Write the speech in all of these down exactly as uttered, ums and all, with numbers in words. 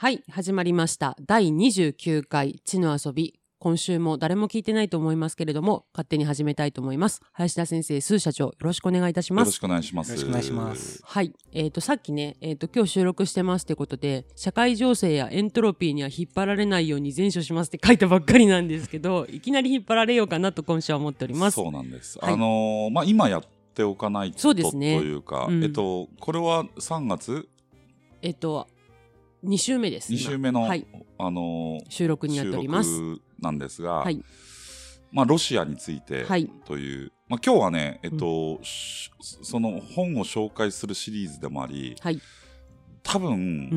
はい、始まりましただいにじゅうきゅうかい地の遊び。今週も誰も聞いてないと思いますけれども、勝手に始めたいと思います。林田先生、スー社長、よろしくお願いいたします。 よろしくお願いします。 よろしくお願いします。 はい、えーとさっきね、えーと今日収録してますってことで、社会情勢やエントロピーには引っ張られないように善処しますって書いたばっかりなんですけど、いきなり引っ張られようかなと今週は思っております。 そうなんです。 はい、 あのー、まあ今やっておかないとそうですね、 というか、 うん、 えっとこれはさんがつえっとに週目です。 に週目の、 はい、 あのー、 収録になっております。 収録なんですが、 はい、 まあロシアについてはい、 という、まあ今日はね、えっと、うん、その本を紹介するシリーズでもあり、 はい、 多分、うん、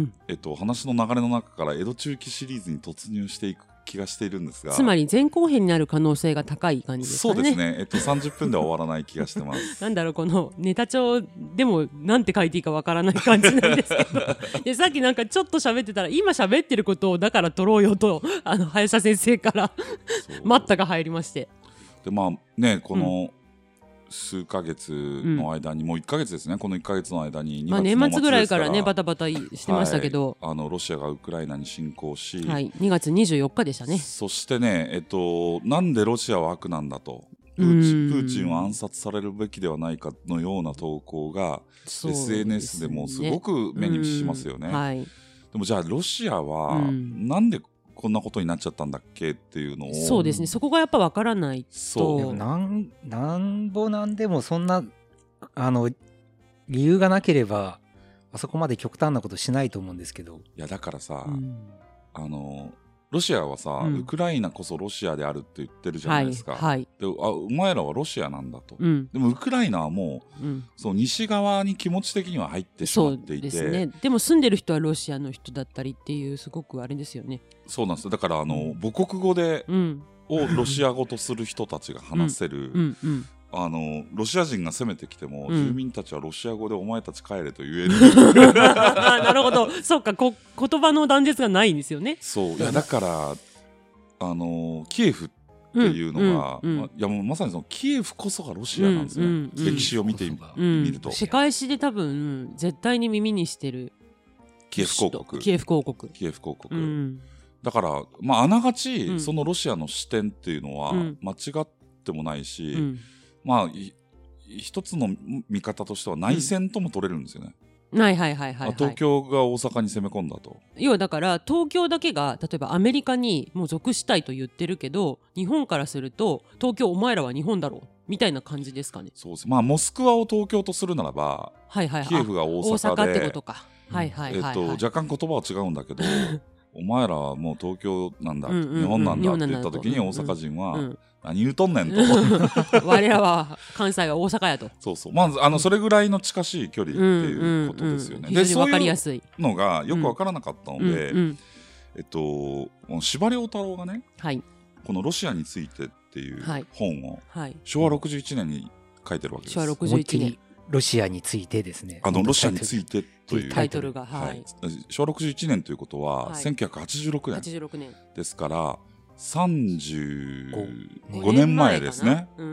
えっと、話の流れの中から江戸中期シリーズに突入していく気がしているんですが、 つまり前後編になる可能性が高い感じですかね。 そうですね、えっと、さんじゅっぷんでは終わらない気がしてますなんだろう、このネタ帳でもなんて書いていいかわからない感じなんですけどでさっきなんかちょっと喋ってたら、今喋ってることをだから取ろうよとあの林田先生から待ったが入りまして、 でまあね、この数ヶ月の間に、うん、もういっかげつですね、このいっかげつの間ににがつの末ですから、まあ、年末ぐらいからねバタバタしてましたけど、 はい、あのロシアがウクライナに侵攻し、 はい、にがつにじゅうよっかでしたね。 そしてね、えっと、なんでロシアは悪なんだと、プーチン、プーチンは暗殺されるべきではないかのような投稿が エスエヌエス でもすごく目にしますよね。はい、でもじゃあロシアはなんでこんなことになっちゃったんだっけっていうのを、 そうですね、そこがやっぱ分からないと。 そうでもなんなんぼなんでもそんなあの理由がなければあそこまで極端なことしないと思うんですけど。 いやだからさ、うん、あのロシアはさ、うん、ウクライナこそロシアであるって言ってるじゃないですか、はいはい、であお前らはロシアなんだと、うん、でもウクライナはもう、うん、そう西側に気持ち的には入ってしまっていて、 そうですね、でも住んでる人はロシアの人だったりっていう、すごくあれですよね。 そうなんです。だからあの母国語で、うん、をロシア語とする人たちが話せる、うんうんうん、あのロシア人が攻めてきても、うん、住民たちはロシア語でお前たち帰れと言えるなるほど、そうか、こ言葉の断絶がないんですよね。 そういやだからあのキエフっていうのが、うんうんうん、ま、いやもうまさにそのキエフこそがロシアなんですね、うんうんうん、歴史を見てみ、うん、ると世界史で多分絶対に耳にしてるキエフ公国キエフ公国キエフ公国、うん、だから、まあ、あながち、うん、そのロシアの視点っていうのは間違ってもないし、うん、まあ一つの見方としては内戦とも取れるんですよね、 うん、はいはいはいはい、はい、 東京が大阪に攻め込んだと。 要はだから東京だけが例えばアメリカにもう属したいと言ってるけど、日本からすると東京お前らは日本だろうみたいな感じですかね。 そうです。まあモスクワを東京とするならば、はいはいはい、キエフが大阪で、大阪ってことか、はいはいはいはい、えっと、若干言葉は違うんだけどお前らはもう東京なんだ、うんうんうん、日本なんだって言った時に大阪人は、うんうん、何言うとんねんと我らは関西は大阪やとそうそう、まずあのそれぐらいの近しい距離っていうことですよね、うんうんうん、 で非常に分かりやすいのがよく分からなかったので、うんうん、えっと司馬遼太郎がね、はい、このロシアについてっていう本を、はい、しょわろくじゅういちねんに書いてるわけです。 しょわろくじゅういちねんロシアについてですね。 あのロシアについてというタイトルが、はい、 しょわろくじゅういちねんということは、はい、せんきゅうひゃくはちじゅうろくねんですからさんじゅうごねんまえですね、うん、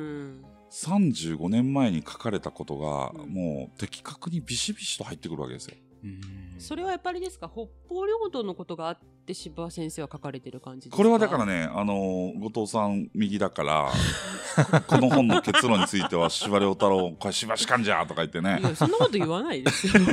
さんじゅうごねんまえに書かれたことが、うん、もう的確にビシビシと入ってくるわけですよ。 うん、それはやっぱりですか、北方領土のことがあって柴先生は書かれてる感じですか。 これはだからね、あの後藤さん右だからこの本の結論については司馬遼太郎これ司馬士官じゃとか言ってね、 いやそんなこと言わないですよ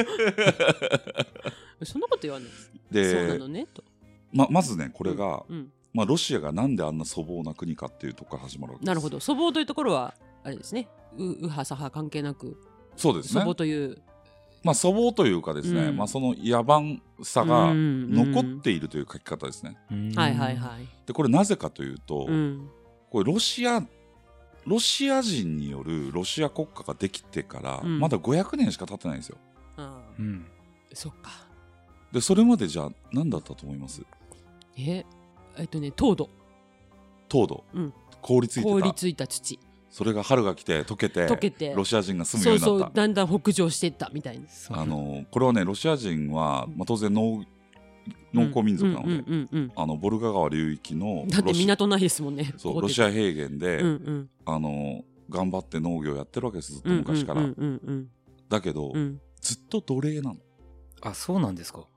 そんなこと言わないですでそうなのねと、 ま, まずねこれが、うんうん、まあ、ロシアがなんであんな粗暴な国かっていうところから始まるわけです。 なるほど、粗暴というところはあれですね、右派左派関係なく、 そうですね、 粗暴というまあ、粗暴というかですね、うん、まあ、その野蛮さが残っているという書き方ですね、 うんうん、はいはいはい。 でこれなぜかというと、うん、これロシアロシア人によるロシア国家ができてからまだごひゃくねんしか経ってないんですよ、 うん、そっか。 でそれまでじゃあ何だったと思います？ ええっとね凍土凍土、うん、凍りついてた凍りついた土、 それが春が来て溶けて、溶けてロシア人が住むようになった。そうそう、 だんだん北上していったみたいな。 あのこれはねロシア人は、まあ、当然農農耕民族なので、あのボルガ川流域のだって港ないですもんね。 そうロシア平原で、うんうん、あの頑張って農業やってるわけです、ずっと昔から。だけど、うん、ずっと奴隷なの。 あ、そうなんですか。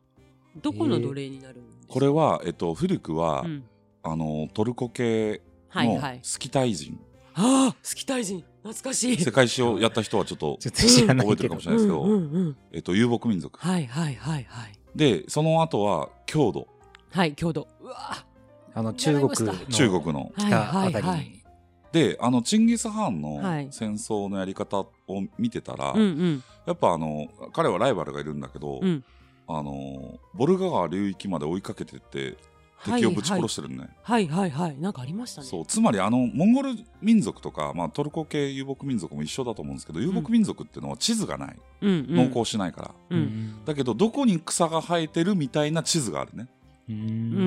どこの奴隷になるんですか？ これは、えっと、古くは、 うん、 あのトルコ系のスキタイ人、 はいはい、ああスキタイ人懐かしい。 世界史をやった人はちょっとちょっと知らない覚えてるかもしれないですけど、 うんうんうん、 えっと、遊牧民族、 はいはいはいはい。 でその後は郷土、 はい郷土、うわあの中国の中国の北あたりに、はいはいはい、 であのチンギス・ハーンの戦争のやり方を見てたら、 はい、うんうん、 やっぱあの彼はライバルがいるんだけど、うん、あのボルガ川流域まで追いかけてって敵をぶち殺してるね。 はいはいはい、はい、なんかありましたね。 そう、つまりあのモンゴル民族とか、まあ、トルコ系遊牧民族も一緒だと思うんですけど、遊牧民族っていうのは地図がない、うん、農耕しないから、うんうん、だけどどこに草が生えてるみたいな地図があるね。 うん、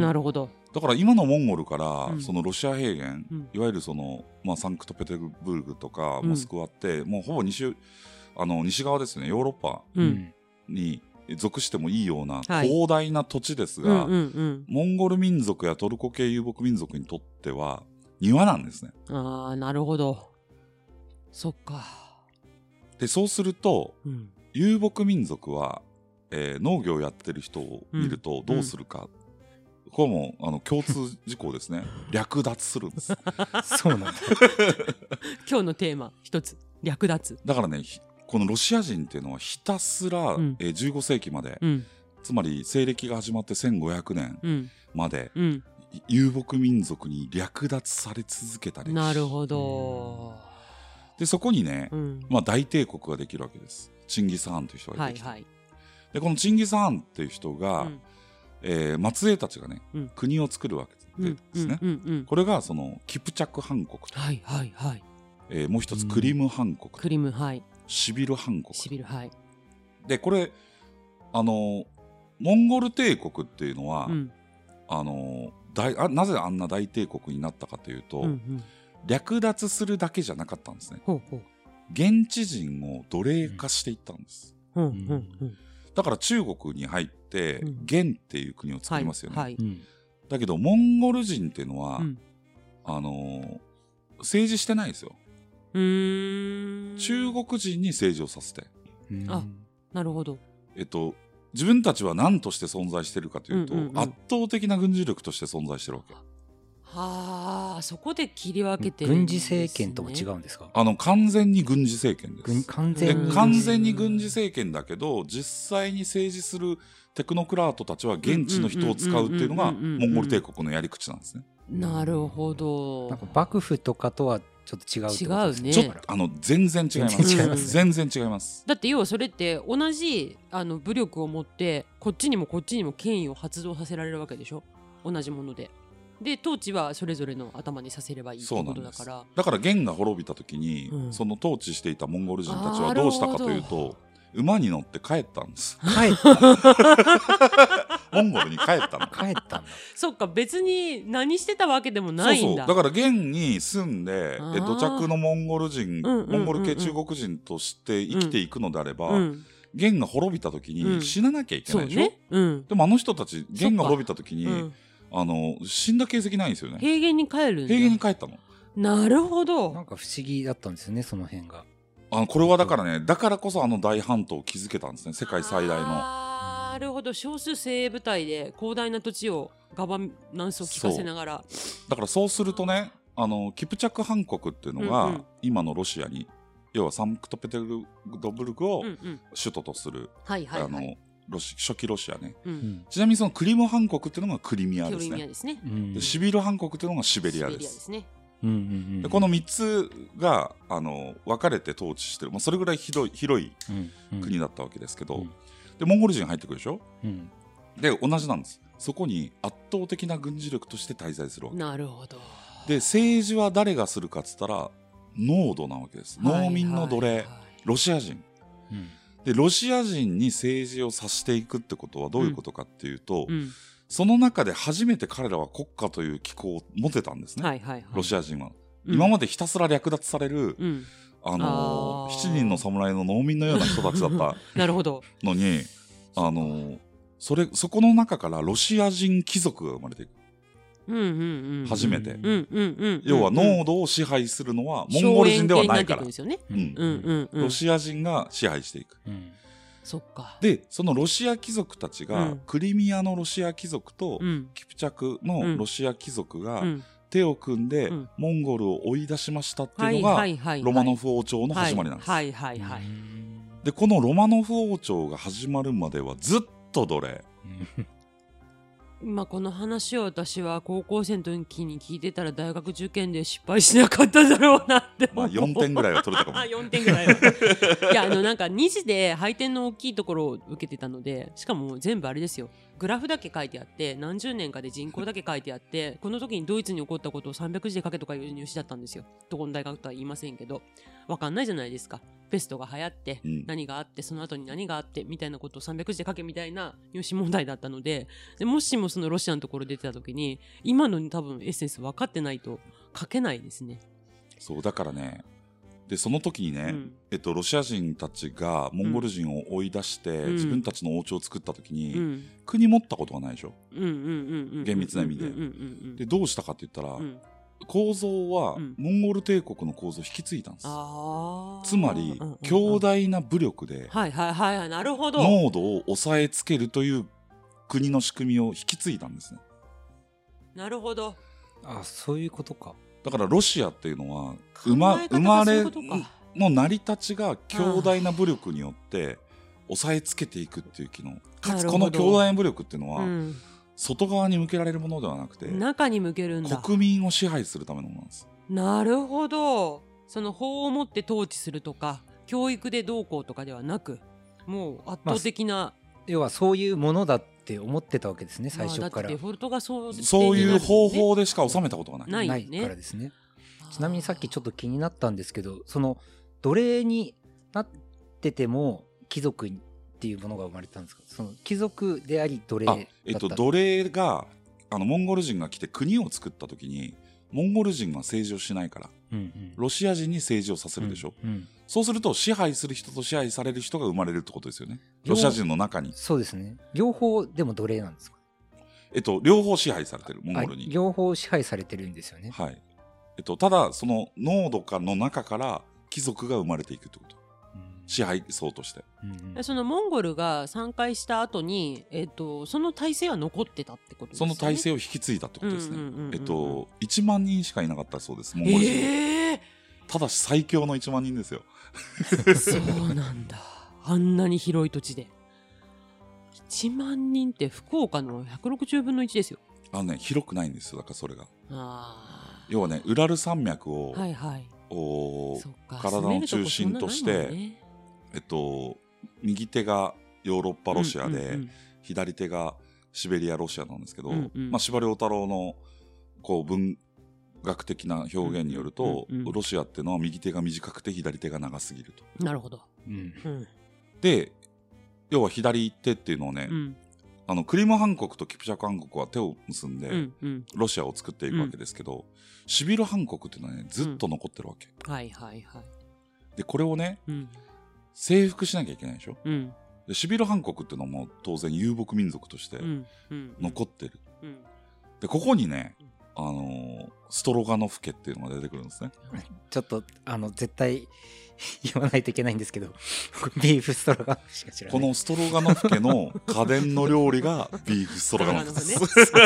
なるほど。 だから今のモンゴルから、うん、そのロシア平原、うん、いわゆるその、まあ、サンクトペテルブルグとかモスクワって、うん、もうほぼ 西, あの西側ですね、ヨーロッパに属してもいいような広大な土地ですが、はい、うんうんうん、モンゴル民族やトルコ系遊牧民族にとっては庭なんですね。 あー、なるほど。そっか。 でそうすると、うん、遊牧民族は、えー、農業をやってる人を見るとどうするか、うんうん、これもあの共通事項ですね。略奪するんです。 そうなんだ。 今日のテーマ一つ、略奪。 だからね、このロシア人っていうのはひたすら、うんえー、じゅうご世紀まで、うん、つまり西暦が始まってせんごひゃくねんまで、うん、遊牧民族に略奪され続けた歴史。 なるほど。 でそこにね、うんまあ、大帝国ができるわけです。チンギス・ハーンという人ができて、はいはい、でこのチンギス・ハーンっていう人が、うんえー、末裔たちがね、うん、国を作るわけですね、うんうんうんうん、これがそのキプチャク汗国と、はいはいはいえー、もう一つクリム汗国、 クリム、はい、 シビル汗国、 シビル、はい、 でこれあのモンゴル帝国っていうのは、うん、あの大あなぜあんな大帝国になったかというと、うんうん、略奪するだけじゃなかったんですね。ほうほう、現地人を奴隷化していったんです、うんうんうんうん、だから中国に入って、うん、元っていう国を作りますよね、はいはい、だけどモンゴル人っていうのは、うん、あの政治してないですよ。うーん、中国人に政治をさせて、 あ、なるほど、 えっと自分たちは何として存在しているかというと、うんうんうん、圧倒的な軍事力として存在してるわけ。 はあ、そこで切り分けてるんですね。 軍事政権とも違うんですか？ あの完全に軍事政権です。 完全に完全に軍事政権だけど、実際に政治するテクノクラートたちは現地の人を使うっていうのがモンゴル帝国のやり口なんですね。 なるほど。 なんか幕府とかとはちょっと違うってことですね。 違うね。 ちょっとあの全然違います。全然違います、ね、全然違います。 だって要はそれって同じあの武力を持ってこっちにもこっちにも権威を発動させられるわけでしょ。同じもので。で統治はそれぞれの頭にさせればいいってことだから。 だから元が滅びた時に、うん、その統治していたモンゴル人たちはどうしたかというと、馬に乗って帰ったんです。 帰ったモンゴルに帰ったの。 帰ったんだ。 そっか、別に何してたわけでもないんだ。 そうそう、だから元に住んでえ土着のモンゴル人、うんうんうんうん、モンゴル系中国人として生きていくのであれば、うん、元が滅びた時に死ななきゃいけないでしょ、うんねうん、でもあの人たち元が滅びた時に、うん、あの死んだ形跡ないんですよね。 平原に帰るんだ。 平原に帰ったの。 なるほど。 なんか不思議だったんですよね、その辺が。 あのこれはだからね、だからこそあの大半島を築けたんですね、世界最大の。 なるほど、少数精鋭部隊で広大な土地をガバナンスを効かせながら。 だからそうするとね、あのキプチャク汗国っていうのが、うんうん、今のロシアに、要はサンクトペテルブルクを首都とする、うんうん、はいはいはい、あのロシ初期ロシアね、うん、ちなみにそのクリム汗国っていうのがクリミアですね。クリミアですね、うん、でシビル汗国っていうのがシベリアです。シベリアですね。うんうんうん、でこのみっつがあの分かれて統治してる、まあ、それぐらい広い、広い国だったわけですけど、うんうん、でモンゴル人入ってくるでしょ、うん、で同じなんです。そこに圧倒的な軍事力として滞在するわけ。 なるほど。 で政治は誰がするかっつったら農奴なわけです。農民の奴隷、はいはいはい、ロシア人、うん、でロシア人に政治をさしていくってことはどういうことかっていうと、うんうん、その中で初めて彼らは国家という機構を持てたんですね、はいはいはい、ロシア人は、うん、今までひたすら略奪される、うん、あのー、しちにんの侍の農民のような人たちだったなるほどのにあのー、それそこの中からロシア人貴族が生まれていく、うんうんうん、初めて、うんうんうん、要は農奴を支配するのはモンゴル人ではないから、ロシア人が支配していく、うん、 そっか。 でそのロシア貴族たちが、 うん、 クリミアのロシア貴族と、うん、キプチャクのロシア貴族が手を組んで、うん、モンゴルを追い出しましたっていうのが、はいはいはいはい、ロマノフ王朝の始まりなんです。 はいはいはいはい、 でこのロマノフ王朝が始まるまではずっと奴隷まあこの話を私は高校生の時に聞いてたら大学受験で失敗しなかっただろうなってまあよんてんぐらいは取れたかもよんてんぐらいはいやあのなんかに次で配点の大きいところを受けてたので、しかも全部あれですよ、グラフだけ書いてあって何十年かで人口だけ書いてあってこの時にドイツに起こったことをさんびゃくじで書けとかいう入試だったんですよ。どこの大学とは言いませんけどわかんないじゃないですか。ペストが流行って、うん、何があってその後に何があってみたいなことをさんびゃくじで書けみたいな入試問題だったの で, でもしもそのロシアのところ出てた時に今の多分エッセンス分かってないと書けないですね。 そうだからね、でその時にね、うんえっと、ロシア人たちがモンゴル人を追い出して、うん、自分たちの王朝を作った時に、うん、国持ったことがないでしょ、厳密な意味で。でどうしたかって言ったら、うん構造はモンゴル帝国の構造を引き継いだんです、うん、つまり、うんうんうん、強大な武力で濃度を抑えつけるという国の仕組みを引き継いだんですね。 なるほど。 あ、そういうことか。 だからロシアっていうのは生ま、生まれの成り立ちが強大な武力によって抑えつけていくっていう機能、かつこの強大な武力っていうのは、うん外側に向けられるものではなくて中に向けるんだ。 国民を支配するためのものなんです。 なるほど。その法を持って統治するとか教育でどうこうとかではなく、もう圧倒的な、まあ、 要はそういうものだって思ってたわけですね、最初から。まあ、だってデフォルトがそう、ね、 そういう方法でしか収めたことがないない、 ないからですね。ちなみにさっきちょっと気になったんですけど、その奴隷になってても貴族にっていうものが生まれたんですか。その貴族であり奴隷だった。 えっと、奴隷があのモンゴル人が来て国を作った時にモンゴル人が政治をしないから、うんうん、ロシア人に政治をさせるでしょ、うんうん、そうすると支配する人と支配される人が生まれるってことですよね。ロシア人の中に。 そうですね。両方でも奴隷なんですか。 えっと両方支配されてる、モンゴルに両方支配されてるんですよね。 はい。えっとただその濃度化の中から貴族が生まれていくってこと、支配層として、 うんうん、そのモンゴルが散開した後に、えー、とその体制は残ってたってことですよね。 その体制を引き継いだってことですね。えっといちまんにんしかいなかったそうです、モンゴル人、えー、ただし最強のいちまんにんですよそうなんだ。あんなに広い土地でいちまんにんって福岡のひゃくろくじゅうぶんのいちですよ。 あのね、広くないんですよ。だからそれがあ要はね、ウラル山脈を、はいはい、お体の中心としてえっと、右手がヨーロッパロシアで、うんうんうん、左手がシベリアロシアなんですけど、うんうんまあ、司馬遼太郎のこう文学的な表現によると、うんうんうん、ロシアっていうのは右手が短くて左手が長すぎると。 なるほど、 うんうん、で要は左手っていうのをね、うん、あのクリム汗国とキプチャク汗国は手を結んで、うんうん、ロシアを作っていくわけですけど、うん、シビル汗国っていうのはねずっと残ってるわけ、うん、はいはいはい。でこれをね、うん征服しなきゃいけないでしょ、うん、でシビル汗国っていうのも当然遊牧民族として残ってる、うんうんうん、でここにね、あのー、ストロガノフ家っていうのが出てくるんですね。 ちょっとあの絶対言わないといけないんですけどビーフストロガノフしか知らない。 このストロガノフ家の家電の料理がビーフストロガノフです、ね、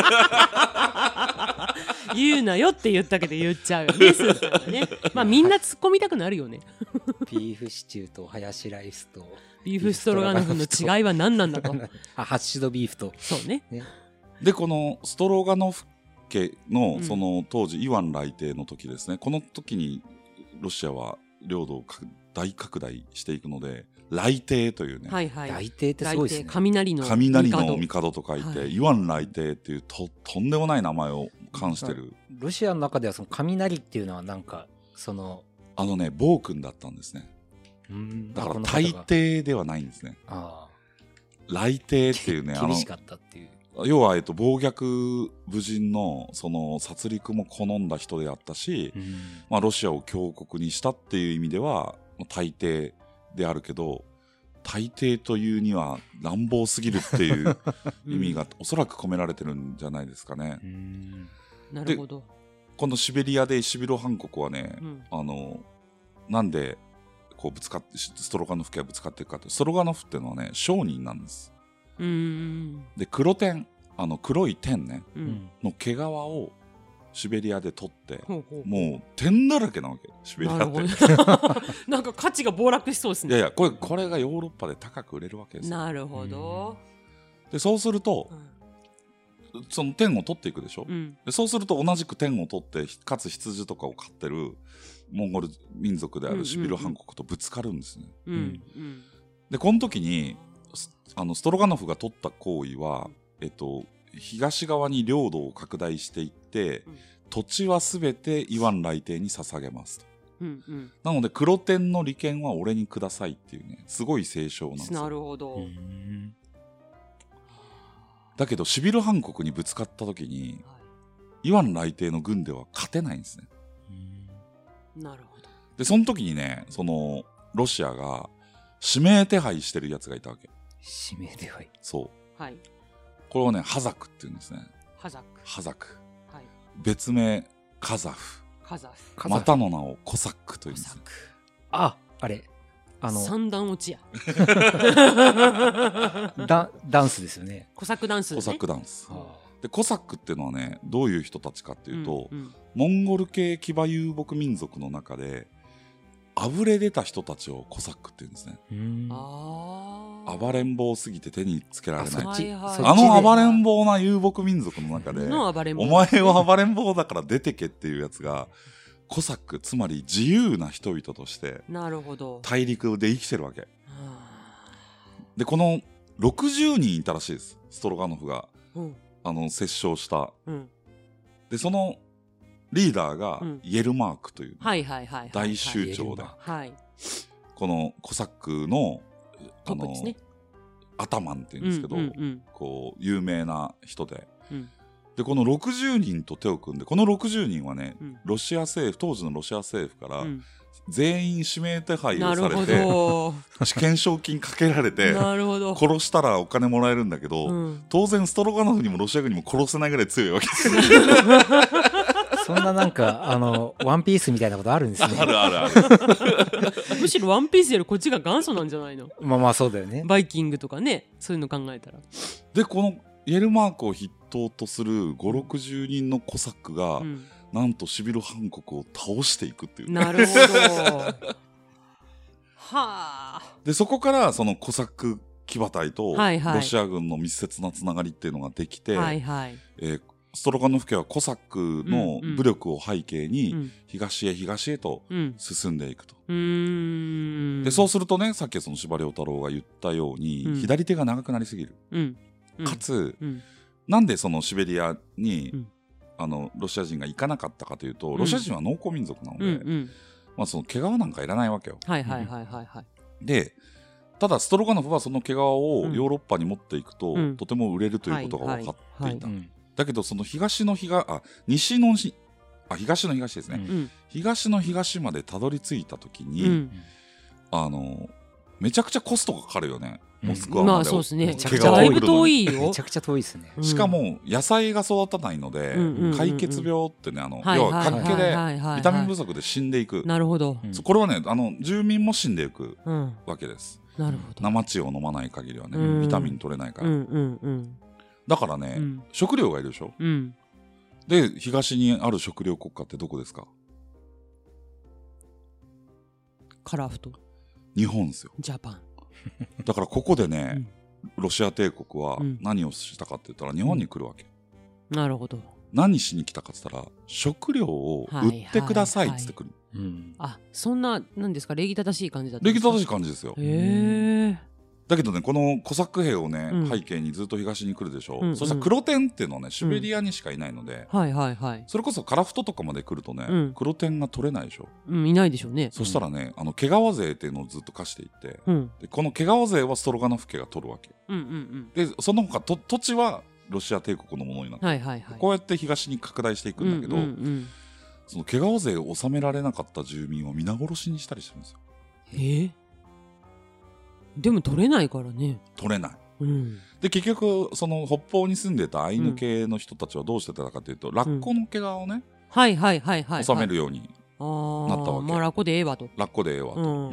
言うなよって言ったけど言っちゃうよね、スーさんがね。まあみんな突っ込みたくなるよねビーフシチューとハヤシライスとビーフストロガノフの違いは何なんだとあハッシュドビーフとそうね。ねでこのストロガノフ家のその当時イワン来帝の時ですね、この時にロシアは領土を大拡大していくので来帝というね、 はいはい、来帝ってすごいですね。 雷の雷の帝と書いて、はい、イワン来帝っていう と, とんでもない名前を冠してる。 ロシアの中ではその雷っていうのはなんかそのあのね暴君だったんですね。うんだから大帝ではないんですね。あ来帝っていうね厳しかったっていう、 要は、えっと、暴虐武人 の, その殺戮も好んだ人であったし、うんまあ、ロシアを強国にしたっていう意味では大帝であるけど、大帝というには乱暴すぎるっていう意味がおそらく込められてるんじゃないですかね。うん、 なるほど。 このシベリアでシビロ汗国はね、うん、あのなんでこうぶつかってストロガノフ家がぶつかっていくかって、ストロガノフっていうのはね商人なんです。 うーんで黒天、あの黒い天ね、 うん、 の毛皮をシベリアで取って、 ほうほうもう天だらけなわけシベリアって。 なんか価値が暴落しそうですね。 いやいやこれこれがヨーロッパで高く売れるわけですよ。 なるほど。 でそうすると、 うん、 その天を取っていくでしょ、 うん、 でそうすると同じく天を取ってかつ羊とかを飼ってるモンゴル民族であるシビルハン国とぶつかるんですね。 うんうん、 でこの時にあのストロガノフが取った行為は、えっと、東側に領土を拡大していって、うん、土地はすべてイワン雷帝に捧げますと、うんうん、なので黒天の利権は俺にくださいっていうねすごい聖書なんですよ。 なるほど。 だけどシビルハン国にぶつかった時に、はい、イワン雷帝の軍では勝てないんですね。 なるほど。 でその時にねそのロシアが指名手配してるやつがいたわけ。 指名手配。 そう、 はい、 これをねハザクって言うんですね。 ハザク、 ハザク、 はい、 別名カザフ、 カザフ、 またの名をコサックというんです、ね、 ああれあの三段落ちやダ, ダンスですよね。 コサックダンス、ね、 コサックダンス、はあ、でコサックっていうのはねどういう人たちかっていうと、うんうん、モンゴル系騎馬遊牧民族の中であぶれ出た人たちをコサックって言うんですね。うんあ暴れん坊すぎて手につけられない あ, はいはい、あの暴れん坊な遊牧民族の中でお前は暴れん坊だから出てけっていうやつがコサック、つまり自由な人々として大陸で生きてるわけ。でこのろくじゅうにんいたらしいです、ストロガノフが、うん、あの折衝した、うん、でそのリーダーがイエルマークという大酋長で、このコサックのあの、ね、アタマンっていうんですけど、うんうんうん、こう有名な人で、うん、でこのろくじゅうにんと手を組んで、このろくじゅうにんはね、うん、ロシア政府、当時のロシア政府から、うん、全員指名手配をされて懸賞金かけられて殺したらお金もらえるんだけど、うん、当然ストロガノフにもロシア軍にも殺せないぐらい強いわけですそんななんかあのワンピースみたいなことあるんですね。 あるあるあるむしろワンピースよりこっちが元祖なんじゃないの。 まあまあそうだよね。 バイキングとかね、そういうの考えたら。 でこのイエルマークを筆頭とするごじゅうろくじゅうにんのコサックが、うん、なんとシビルハン国を倒していくっていう、ね、 なるほどはあ。 でそこからそのコサック騎馬隊とロシア軍の密接なつながりっていうのができて、はいはいえー、ストロガノフ家はコサックの武力を背景に東へ東へと進んでいくと、うん、でそうするとね、さっきその司馬遼太郎が言ったように、うん、左手が長くなりすぎる、うんうん、かつ、うん、なんでそのシベリアに、うん、あのロシア人が行かなかったかというと、ロシア人は農耕民族なので、うんうんまあ、その毛皮なんかいらないわけよ。はいはいはいはい、はい、でただストロガノフはその毛皮をヨーロッパに持っていくと、うん、とても売れるということが分かっていた、はいはいはい、だけどその東の東あ西のあ東の東ですね、うん、東の東までたどり着いた時に、うん、あのめちゃくちゃコストがかかるよね、モスクワまで、まあそうですね、 だいぶ遠いよ。 めちゃくちゃ遠いですね。 しかも野菜が育たないので、うん、解決病ってね、あの、要は活気でビタミン不足で死んでいく。 なるほど。 これはね、あの住民も死んでいくわけです、 うん、なるほど。 生血を飲まない限りはね、うん、ビタミン取れないから、うんうんうん、だからね、うん、食料がいるでしょ、うん、で東にある食料国家ってどこですか？ カラフト。 日本ですよ。 ジャパン。 だからここでね、うん、ロシア帝国は何をしたかって言ったら日本に来るわけ、 うん、なるほど。 何しに来たかって言ったら食料を売ってくださいっつってくる、はいはいはい、うん、 あ、そんな何ですか、礼儀正しい感じだったんですか？礼儀正しい感じですよ。 へー。 だけどね、このコサック兵をね、うん、背景にずっと東に来るでしょ、うんうん、そしたら黒天っていうのはねシベリアにしかいないので、うんはいはいはい、それこそカラフトとかまで来るとね、うん、黒天が取れないでしょ、 うん、いないでしょうね。 そしたらね、あの毛皮税っていうのをずっと課していって、うん、でこの毛皮税はストロガノフ家が取るわけ、うんうんうん、でその他と土地はロシア帝国のものになって、はいはいはい、こうやって東に拡大していくんだけど、うんうんうん、その毛皮税を納められなかった住民を皆殺しにしたりしてるんですよ。 えーでも取れないからね。 取れない、うん、で結局その北方に住んでたアイヌ系の人たちはどうしてたかというと、うん、ラッコの毛皮をね、はいはいはいはい、納めるようになったわけ。 まあラッコでええわと。 ラッコでええわと、うん、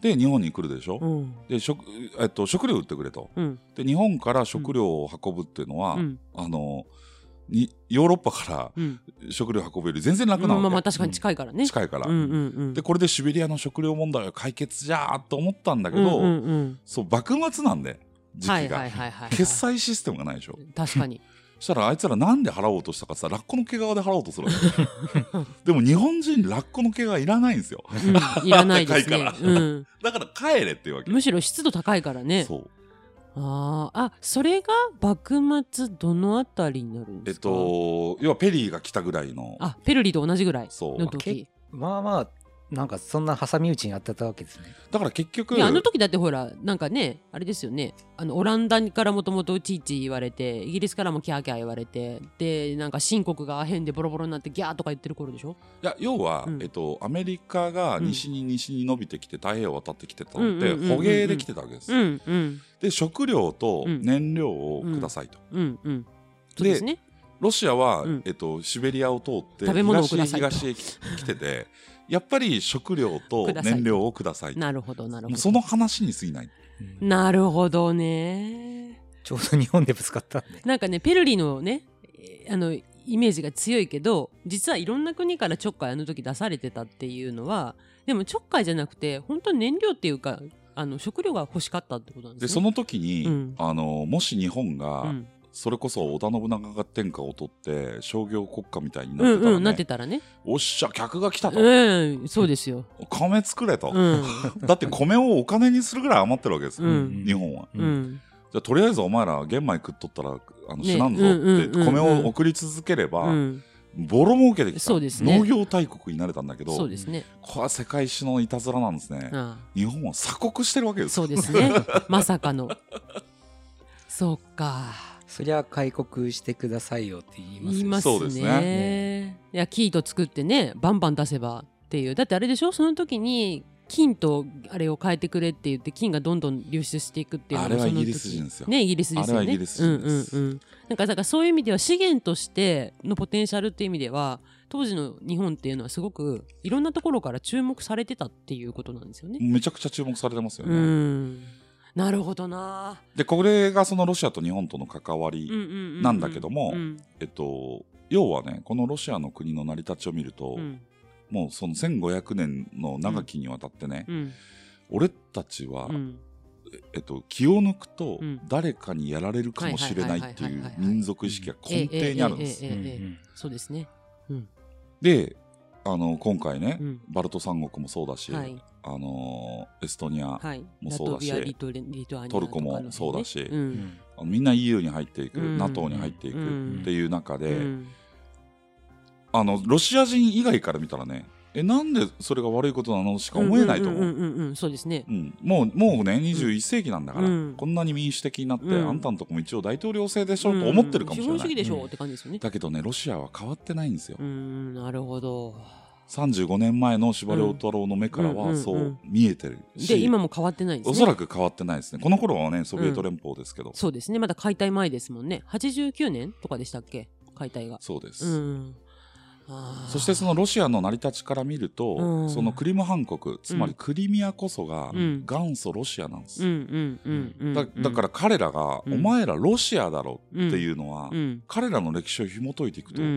で日本に来るでしょ、 うん、 で 食,、えっと、食料売ってくれと、うん、で日本から食料を運ぶっていうのは、うん、あのにヨーロッパから食料を運ぶより全然楽なわけ、 うんまあ、まあ確かに近いからね、 近いから、 うんうんうん、 でこれでシベリアの食料問題は解決じゃーと思ったんだけど、うんうんうん、そう幕末なんで時期が、はいはいはいはい、決済システムがないでしょ。 確かにそしたらあいつらなんで払おうとしたかって言ったらラッコの毛皮で払おうとするわけでも日本人ラッコの毛皮いらないんですよ、 うん、いらないですねから、うん、だから帰れっていうわけ。 むしろ湿度高いからね。 そうああ、それが幕末どのあたりになるんですか。 えっと要はペリーが来たぐらいの、 あペルリと同じぐらいの時。 まあまあなんかそんな挟み撃ちにあったわけですね。 だから結局いやあの時だってほらなんかねあれですよね、あのオランダからもともとチーチー言われてイギリスからもキャーキャー言われてでなんか新国が変でボロボロになってギャーとか言ってる頃でしょ。 いや要は、うんえっと、アメリカが西に西に伸びてきて太平洋を渡ってきてたので捕鯨できてたわけです、うんうん、で食料と燃料をくださいと、うんうんうん、そうですね。ロシアは、うんえっと、シベリアを通って食べ物をくださいと東へ東へ来ててやっぱり食料と燃料をください。 なるほどなるほど。 その話に過ぎない、 うん、なるほどね。 ちょうど日本でぶつかったんでなんかねペルリのねあのイメージが強いけど実はいろんな国からちょっかいあの時出されてたっていうのはでもちょっかいじゃなくて本当に燃料っていうかあの食料が欲しかったってことなんですね。 でその時に、うん、あのもし日本が、うんそれこそ織田信長が天下を取って商業国家みたいになってたらね、うんうん、 なってたらねおっしゃ客が来たと、 うん、そうですよ米作れと、うん、だって米をお金にするぐらい余ってるわけですよ、うん、日本は、うん、じゃあとりあえずお前ら玄米食っとったらあの死なんぞって米を送り続ければ、うん、ボロ儲けできたそうです、ね、農業大国になれたんだけどそうですねこれは世界史のいたずらなんですね、ああ日本は鎖国してるわけですそうですねまさかのそうかそりゃ開国してくださいよって言いますよ。 言いますね。そうですね。いや生糸作ってねバンバン出せばっていうだってあれでしょその時に金とあれを変えてくれって言って金がどんどん流出していくっていうのがあれはイギリス人ですよねイギリスですよね。 あれはイギリス人です、 うんうんうん、なんかだからそういう意味では資源としてのポテンシャルっていう意味では当時の日本っていうのはすごくいろんなところから注目されてたっていうことなんですよね。 めちゃくちゃ注目されてますよね。 うんなるほどな。 でこれがそのロシアと日本との関わりなんだけども、えっと要はねこのロシアの国の成り立ちを見ると、うん、もうそのせんごひゃくねんの長きにわたってね、うん、俺たちは、うんえっと、気を抜くと誰かにやられるかもしれないっていう民族意識が根底にあるんです。 そうですね、うん、 であの今回ね、うん、バルト三国もそうだし、はい、あのエストニアもそうだし、はい、トルコもそうだし、うん、あのみんな イーユー に入っていく、うん、ナトー に入っていくっていう中で、うん、あのロシア人以外から見たらねえなんでそれが悪いことなのしか思えないと思う。 そうですね、 うん、もうもうねにじゅういっ世紀なんだから、うん、こんなに民主的になって、うん、あんたのとこも一応大統領制でしょ、うん、と思ってるかもしれない、うん、 資本主義でしょって感じですよね。 だけどねロシアは変わってないんですよ。 うんなるほど。 さんじゅうごねんまえの司馬遼太郎の目からはそう見えてるし、 で今も変わってないですね。 おそらく変わってないですね。この頃はねソビエト連邦ですけど、うん、 そうですねまだ解体前ですもんね。はちじゅうきゅうねんとかでしたっけ解体が。 そうです、うんそしてそのロシアの成り立ちから見ると、うん、そのクリム半国つまりクリミアこそが元祖ロシアなんです。だから彼らが、うん、お前らロシアだろっていうのは、うん、彼らの歴史を紐解いていくと、うん、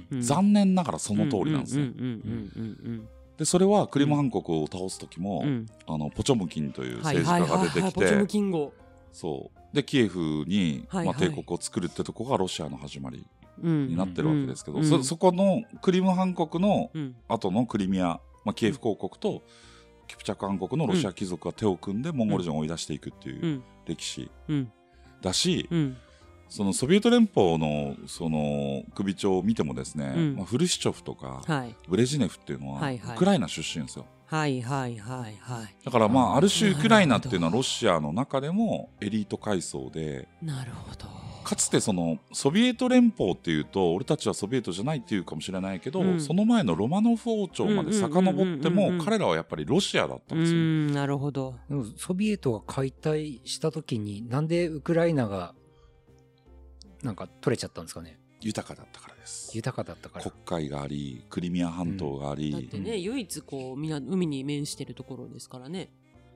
残念ながらその通りなんですね。でそれはクリム半国を倒す時も、うん、あのポチョムキンという政治家が出てきてそうでキエフに、はいはいまあ、帝国を作るってとこがロシアの始まりになってるわけですけど、うんうん、そ, そこのクリム半国の後のクリミア、まあ、キエフ公国とキプチャク半国のロシア貴族が手を組んでモンゴル人を追い出していくっていう歴史だし、うんうん、そのソビエト連邦 の, その首長を見てもですね、うんまあ、フルシチョフとか、はい、ブレジネフっていうのはウクライナ出身ですよ。 はいはいはいはい。 だからまあある種ウクライナっていうのはロシアの中でもエリート階層で、 なるほど。 かつてそのソビエト連邦っていうと俺たちはソビエトじゃないっていうかもしれないけど、うん、その前のロマノフ王朝まで遡っても彼らはやっぱりロシアだったんですよ。 うんなるほど。 でもソビエトが解体した時になんでウクライナがなんか取れちゃったんですかね。 豊かだったからです。 豊かだったから黒海がありクリミア半島があり、 うん、だってね唯一こう海に面してるところですからね。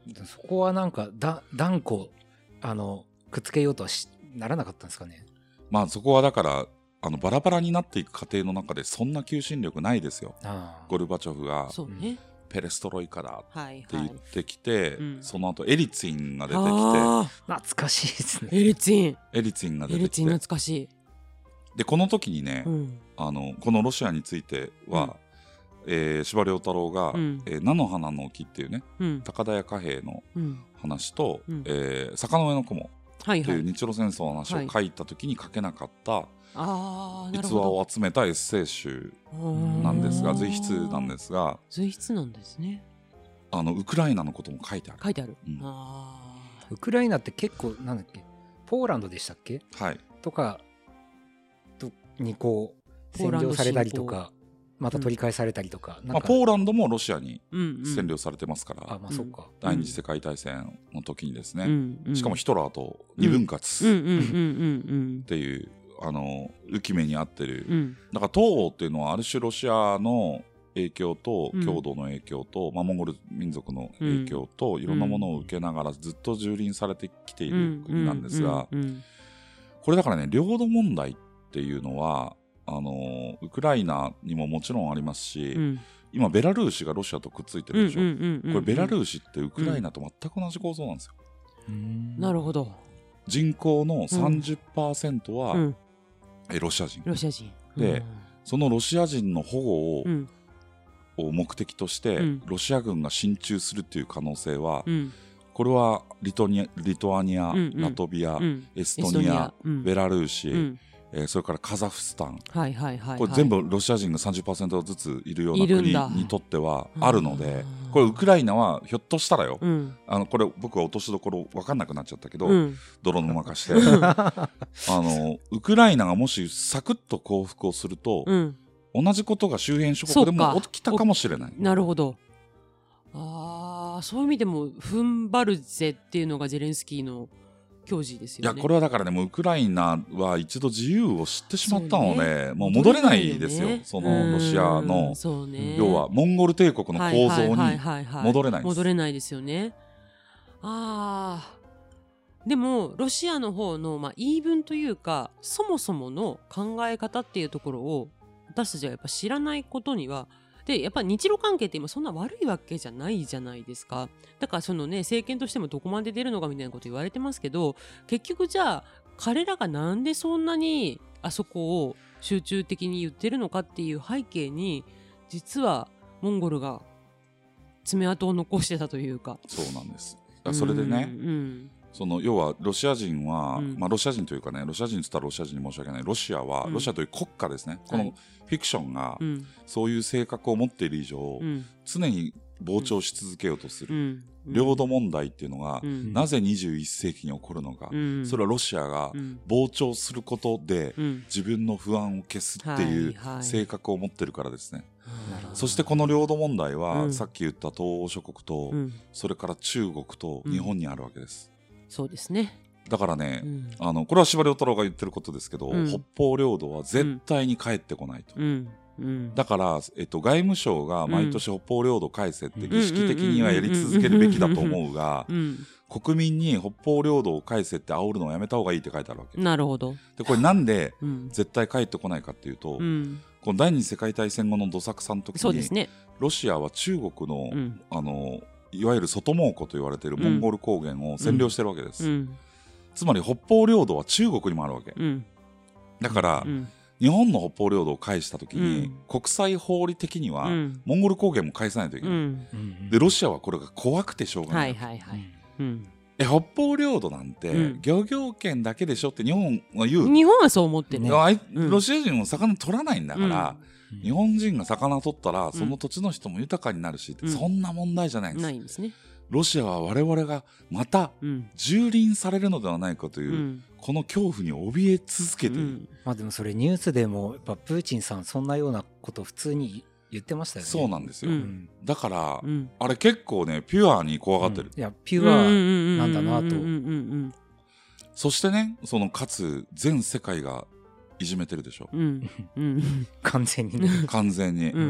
そこはなんかだ断固あのくっつけようとはしならなかったんですかね。 まあそこはだからあのバラバラになっていく過程の中でそんな求心力ないですよ。 あゴルバチョフがそうね、 ペレストロイカだはいって言っはい、 てきて、 うん、 その後エリツィンが出てきて、 あ懐かしいですね。 エリツィンエリツィンが出エリツィンてきて、 懐かしい、 でこの時にね、 うん、 あのこのロシアについては、うんえー、司馬遼太郎が、 うんえー菜の花の木っていうね、 うん、 高田屋貨幣のうん話と、 うんえー坂の上の雲というはいはい、 日露戦争の話を書いた時に書けなかったあーなる逸話ほどを集めたエッセイ集なんですが、随筆なんですが、 随筆なんですね、 あのウクライナのことも書いてある。 書いてある、 うんあウクライナって結構なんだっけポーランドでしたっけはいとかとにこう占ポーランド領されたりとかまた取り返されたりとか、 まあ、 なんかポーランドもロシアにー、うんうん、 占領されてますから、 あまあそっか、 第二次世界大戦の時にですね、 うんうん、 しかもヒトラーと二分割うんうんうんうんっていう、あの浮き目に合ってる、 うんうんだから東欧っていうのはある種ロシアの影響とうん郷土の影響と、まあ、モンゴル民族の影響といろんなものを受けながらずっと蹂躙されてきている国なんですが、 うんうんこれだからね領土問題っていうのはあのウクライナにももちろんありますし、 うんうん今ベラルーシがロシアとくっついてるでしょ、 うんうんうんうん、 これベラルーシってウクライナと全く同じ構造なんですよ。 うんなるほど、 人口の さんじゅっパーセント は、 うん、 えロシア人ロシア人でそのロシア人の保護を,、 うんを目的として、 うんロシア軍が進駐するっていう可能性は、 うんこれはリトニアリトアニア、 うんうんラトビア、 うんエストニアうんベラルーシ、 うんえーそれからカザフスタン、 はいはいはいはい、 これ全部ロシア人が さんじゅっパーセント ずついるようない国るんだにとってはあるので、 うんこれウクライナはひょっとしたらよ、 うんあのこれ僕は落としどころ分かんなくなっちゃったけど、 うん泥沼化してあのウクライナがもしサクッと降伏をすると、 うん、 同じことが周辺諸国でもそうか起きたかもしれない。 なるほど、ああそういう意味でも踏ん張るぜっていうのがゼレンスキーの矜持ですいよね。 やこれはだからねもうウクライナは一度自由を知ってしまったので、 ね、 もう戻れないですよ、そのロシアの、 そうね、 要はモンゴル帝国の構造に戻れないです。 戻れないですよね。ああでもロシアの方の、まあ、言い分というかそもそもの考え方っていうところを私たちはやっぱ知らないことにはでやっぱ日露関係って今そんな悪いわけじゃないじゃないですか。だからそのね政権としてもどこまで出るのかみたいなこと言われてますけど結局じゃあ彼らがなんでそんなにあそこを集中的に言ってるのかっていう背景に実はモンゴルが爪痕を残してたというか。 そうなんです。だからそれでね、 うんうんその要はロシア人は、 うんまあ、ロシア人というかねロシア人って言ったらロシア人に申し訳ないロシアは、 うんロシアという国家ですね、このはいフィクションがうんそういう性格を持っている以上、 うん常に膨張し続けようとする、 うん領土問題っていうのが、 うんなぜにじゅういっ世紀に起こるのか、 うんそれはロシアがうん膨張することで、 うん自分の不安を消すっていうはいはい性格を持ってるからですね、 なるほどそしてこの領土問題は、 うんさっき言った東欧諸国と、 うんそれから中国と日本にあるわけです、 そうですね。 だからね、 うんあのこれは司馬遼太郎が言ってることですけど、 うん北方領土は絶対に帰ってこないと、 うんうんだから、えっと、外務省が毎年北方領土返せって儀式的にはやり続けるべきだと思うが、 うん国民に北方領土を返せって煽るのをやめた方がいいって書いてあるわけなるほど。 でこれなんでうん絶対帰ってこないかっていうと、 うんこの第二次世界大戦後のどさくさの時に、 そうですね。 ロシアは中国の、 うんあのいわゆる外蒙古と言われているモンゴル高原を占領してるわけです、 うんつまり北方領土は中国にもあるわけ、 うんだから、 うん日本の北方領土を返した時に、 うん国際法理的には、 うんモンゴル高原も返さないといけない、 うんうんでロシアはこれが怖くてしょうがな、 はいいはいはい。うんえ北方領土なんて、 うん漁業権だけでしょって日本は言う、 日本はそう思ってね。 あいうんロシア人は魚取らないんだから、 うん日本人が魚取ったらその土地の人も豊かになるし、 うんそんな問題じゃないんです、 ないんですね。 ロシアは我々がまたうん蹂躙されるのではないかという、 うんこの恐怖に怯え続けている、 うんまあでもそれニュースでもやっぱプーチンさんそんなようなこと普通に言ってましたよね。 そうなんですよ、 ううんんだから、 うんあれ結構ねピュアに怖がってる、 いやピュアなんだなと。 うんうんうんうんそしてねそのかつ全世界がいじめてるでしょうんうんうん完全にね。 完全に、 うん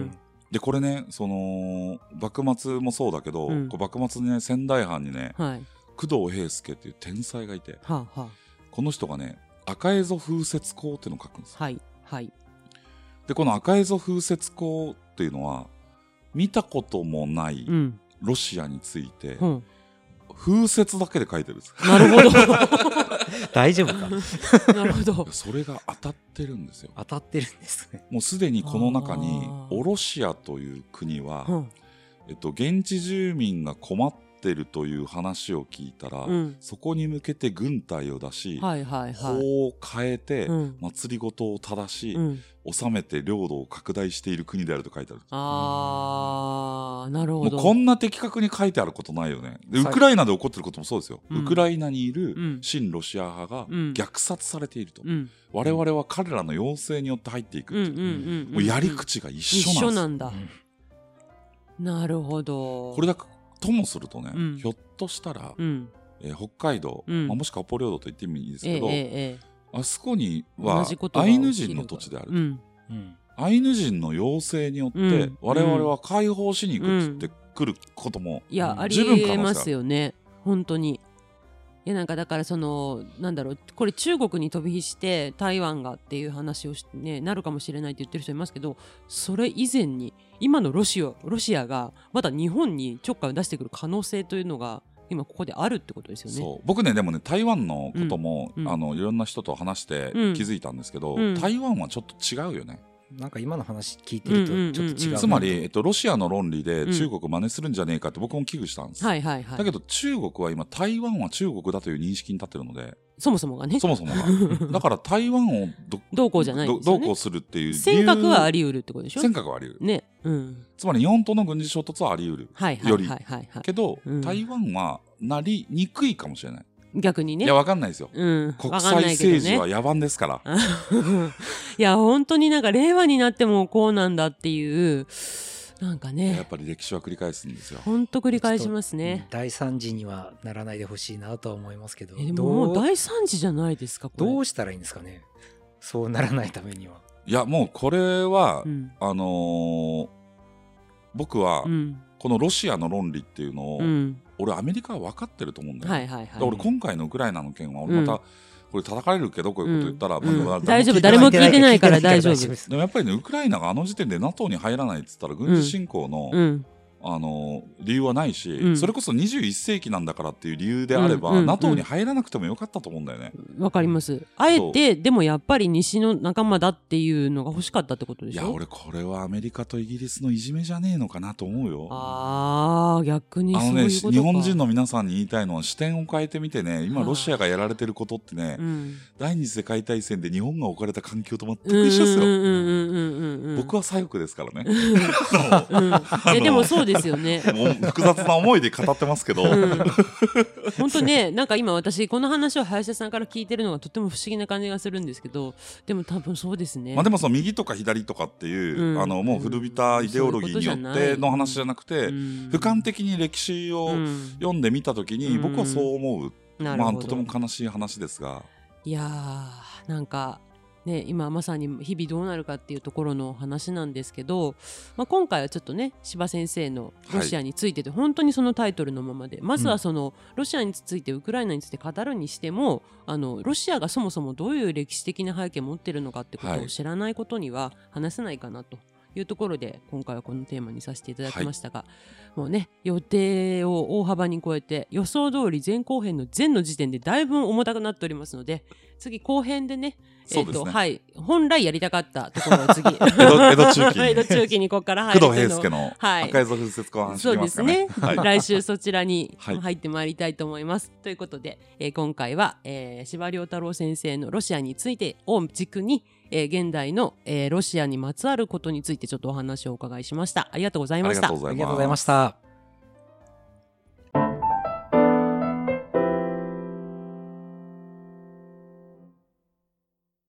でこれねその幕末もそうだけど、うん、こう幕末にね仙台藩にね、はい、工藤平助っていう天才がいて、はあはあ、この人がね赤蝦夷風雪講っていうのを書くんですよ、 はいはい、 でこの赤蝦夷風雪講っていうのは見たこともないロシアについて、うん、風雪だけで書いてるんです。 なるほど大丈夫かなるほど。 それが当たってるんですよ。 当たってるんですね。 もうすでにこの中にオロシアという国は、うん、えっと、現地住民が困ってるという話を聞いたら、うん、そこに向けて軍隊を出し、はいはいはい、法を変えて、うん、祭りごとを正し、うん、治めて領土を拡大している国であると書いてある。 あー、なるほど。 もうこんな的確に書いてあることないよね。でウクライナで起こってることもそうですよ、うん、ウクライナにいる親ロシア派が虐殺されていると、うん、我々は彼らの要請によって入っていくっていう、うんうんうんうん、もうやり口が一緒なんです。 一緒なんだ、うん、なるほど。 これだともするとね、うん、ひょっとしたら、うんえー、北海道、うんまあ、もしくは北方領土と言ってもいいですけど、えーえー、あそこにはアイヌ人の土地であると、うんうん、アイヌ人の要請によって、うん、我々は解放しに行くってくることも、 うん、いやありえますよね本当に。いやなんかだからそのなんだろうこれ中国に飛び火して台湾がっていう話をして、ね、なるかもしれないって言ってる人いますけど、それ以前に今のロシア、ロシアがまだ日本にちょっかいを出してくる可能性というのが今ここであるってことですよね。 そう僕ねでもね台湾のことも、うん、あのいろんな人と話して気づいたんですけど、うん、台湾はちょっと違うよね。 なんか今の話聞いてるとちょっと違う、 つまり、えっと、ロシアの論理で中国真似するんじゃねえかって僕も危惧したんです、うんはいはいはい、だけど中国は今台湾は中国だという認識に立ってるので、 そもそもがねそもそもがだから台湾を ど, どうこうじゃないんですよね。 どうこうするっていう尖閣はあり得るってことでしょ。 尖閣はあり得る、 ねうん、 つまり日本との軍事衝突はあり得る、はいはいはいはいはい、よりけど、うん、台湾はなりにくいかもしれない。 逆にね。 いや分かんないですよ、うん、国際政治は野蛮ですから、ね、 いや本当になんか令和になってもこうなんだっていうなんかねやっぱり歴史は繰り返すんですよ。 本当繰り返しますね。 大惨事にはならないでほしいなとは思いますけど、 えでももう大惨事じゃないですかこれ。 どうしたらいいんですかねそうならないためには。 いやもうこれは、うん、あのー、僕は、うん、このロシアの論理っていうのを、うん、俺アメリカは分かってると思うんだよ、ねはいはいはい、俺今回のウクライナの件は俺また、うんこれ叩かれるけどこういうこと言ったら、うんまあうん、大丈夫誰も聞いてないから大丈夫。 でもやっぱりねウクライナがあの時点で NATO に入らないって言ったら軍事侵攻の、うん、あの理由はないし、うん、それこそにじゅういっせいきなんだからっていう理由であれば、うんうんうん、NATO に入らなくてもよかったと思うんだよね。 わかります。あえてでもやっぱり西の仲間だっていうのが欲しかったってことでしょ。 いや俺これはアメリカとイギリスのいじめじゃねえのかなと思うよ。 あー逆にそういうことか。 あのね日本人の皆さんに言いたいのは視点を変えてみてね今ロシアがやられてることってね、うん、第二次世界大戦で日本が置かれた環境と全く一緒ですよ。僕は左翼ですからね、 うん、いやでもそうですよねもう複雑な思いで語ってますけど、うん、 本当ねなんか今私この話を林田さんから聞いてるのがとても不思議な感じがするんですけど、でも多分そうですね。 まあ、でもその右とか左とかっていう、うん、あのもう古びたイデオロギーによっての話じゃなくて、うん、俯瞰的に歴史を読んでみたときに僕はそう思う、うん、まあ、とても悲しい話ですが、 いやーなんかね、今まさに日々どうなるかっていうところの話なんですけど、まあ、今回はちょっとね柴先生のロシアについてで本当にそのタイトルのままで、はい、まずはそのロシアについてウクライナについて語るにしてもあのロシアがそもそもどういう歴史的な背景を持っているのかってことを知らないことには話せないかなというところで今回はこのテーマにさせていただきましたが、はい、もうね予定を大幅に超えて予想通り前後編の前の時点でだいぶ重たくなっておりますので次後編でねえーとはい、本来やりたかったところを次江戸、江戸中期に江戸中期にここから入る工藤平助の赤蝦夷風雪講話しますかね。 そうですね、はい、来週そちらに入ってまいりたいと思います、はい、ということで、えー、今回は、えー、司馬遼太郎先生のロシアについてを軸に、えー、現代の、えー、ロシアにまつわることについてちょっとお話をお伺いしました。ありがとうございました。 ありがとうございました。